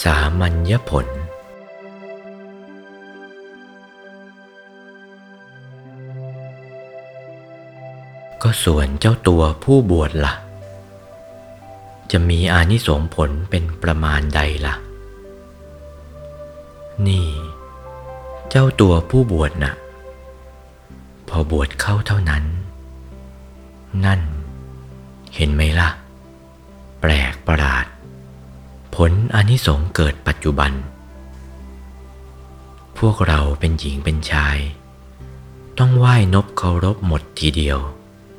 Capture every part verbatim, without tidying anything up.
ามัญญผลก็ส่วนเจ้าตัวผู้บวชละ่ะจะมีอานิสงส์ผลเป็นประมาณใดละ่ะนี่เจ้าตัวผู้บวชน่ะพอบวชเข้าเท่านั้นนั่นเห็นไหมล่ะแปลกประหลาดผลอานิสงส์เกิดปัจจุบันพวกเราเป็นหญิงเป็นชายต้องไหว้นบเคารพหมดทีเดียว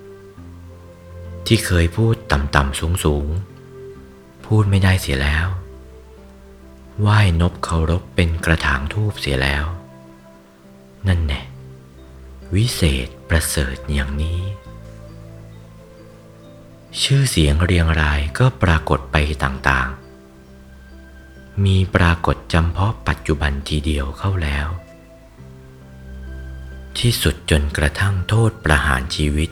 ที่เคยพูดต่ำๆสูงๆพูดไม่ได้เสียแล้วไหว้นบเคารพเป็นกระถางธูปเสียแล้วนั่นแน่วิเศษประเสริฐอย่างนี้ชื่อเสียงเรียงรายก็ปรากฏไปต่างๆมีปรากฏจำเพาะปัจจุบันทีเดียวเข้าแล้วที่สุดจนกระทั่งโทษประหารชีวิต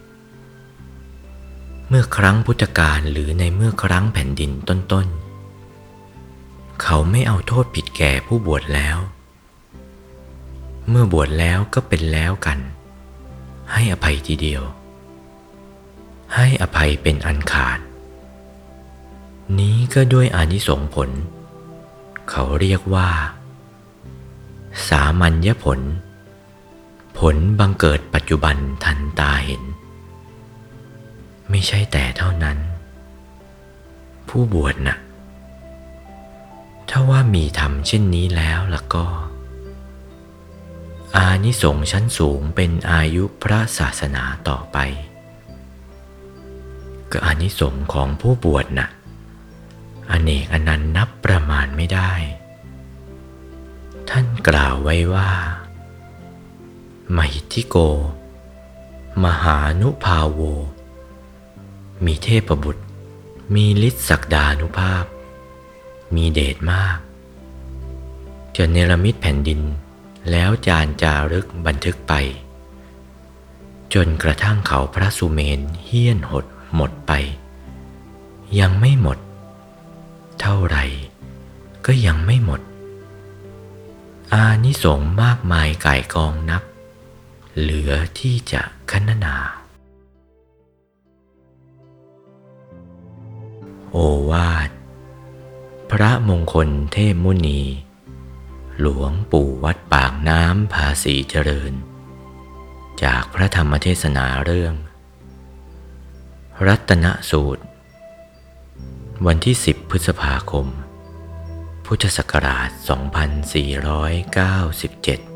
เมื่อครั้งพุทธกาลหรือในเมื่อครั้งแผ่นดินต้นๆเขาไม่เอาโทษผิดแก่ผู้บวชแล้วเมื่อบวชแล้วก็เป็นแล้วกันให้อภัยทีเดียวให้อภัยเป็นอันขาดนี้ก็ด้วยอานิสงส์ผลเขาเรียกว่าสามัญญผลผลบังเกิดปัจจุบันทันตาเห็นไม่ใช่แต่เท่านั้นผู้บวชน่ะถ้าว่ามีธรรมเช่นนี้แล้วล่ะก็อานิสงส์ชั้นสูงเป็นอายุพระศาสนาต่อไปก็อานิสงส์ของผู้บวชน่ะอเนกอนันต์นับประมาณไม่ได้ท่านกล่าวไว้ว่ามหิทธิโกมหานุภาโวมีเทพบุตรมีฤทธิศักดานุภาพมีเดชมากจะเนรมิตแผ่นดินแล้วจารึกจารึกบันทึกไปจนกระทั่งเขาพระสุเมนเหี้ยนหดหมดไปยังไม่หมดเท่าไรก็ยังไม่หมดอานิสงส์มากมายก่ายกองนักเหลือที่จะครรณนาโอวาทพระมงคลเทพมุนีหลวงปู่วัดปากน้ำภาษีเจริญจากพระธรรมเทศนาเรื่องรัตนสูตรวันที่สิบพฤษภาคมพุทธศักราชสองพันสี่ร้อยเก้าสิบเจ็ด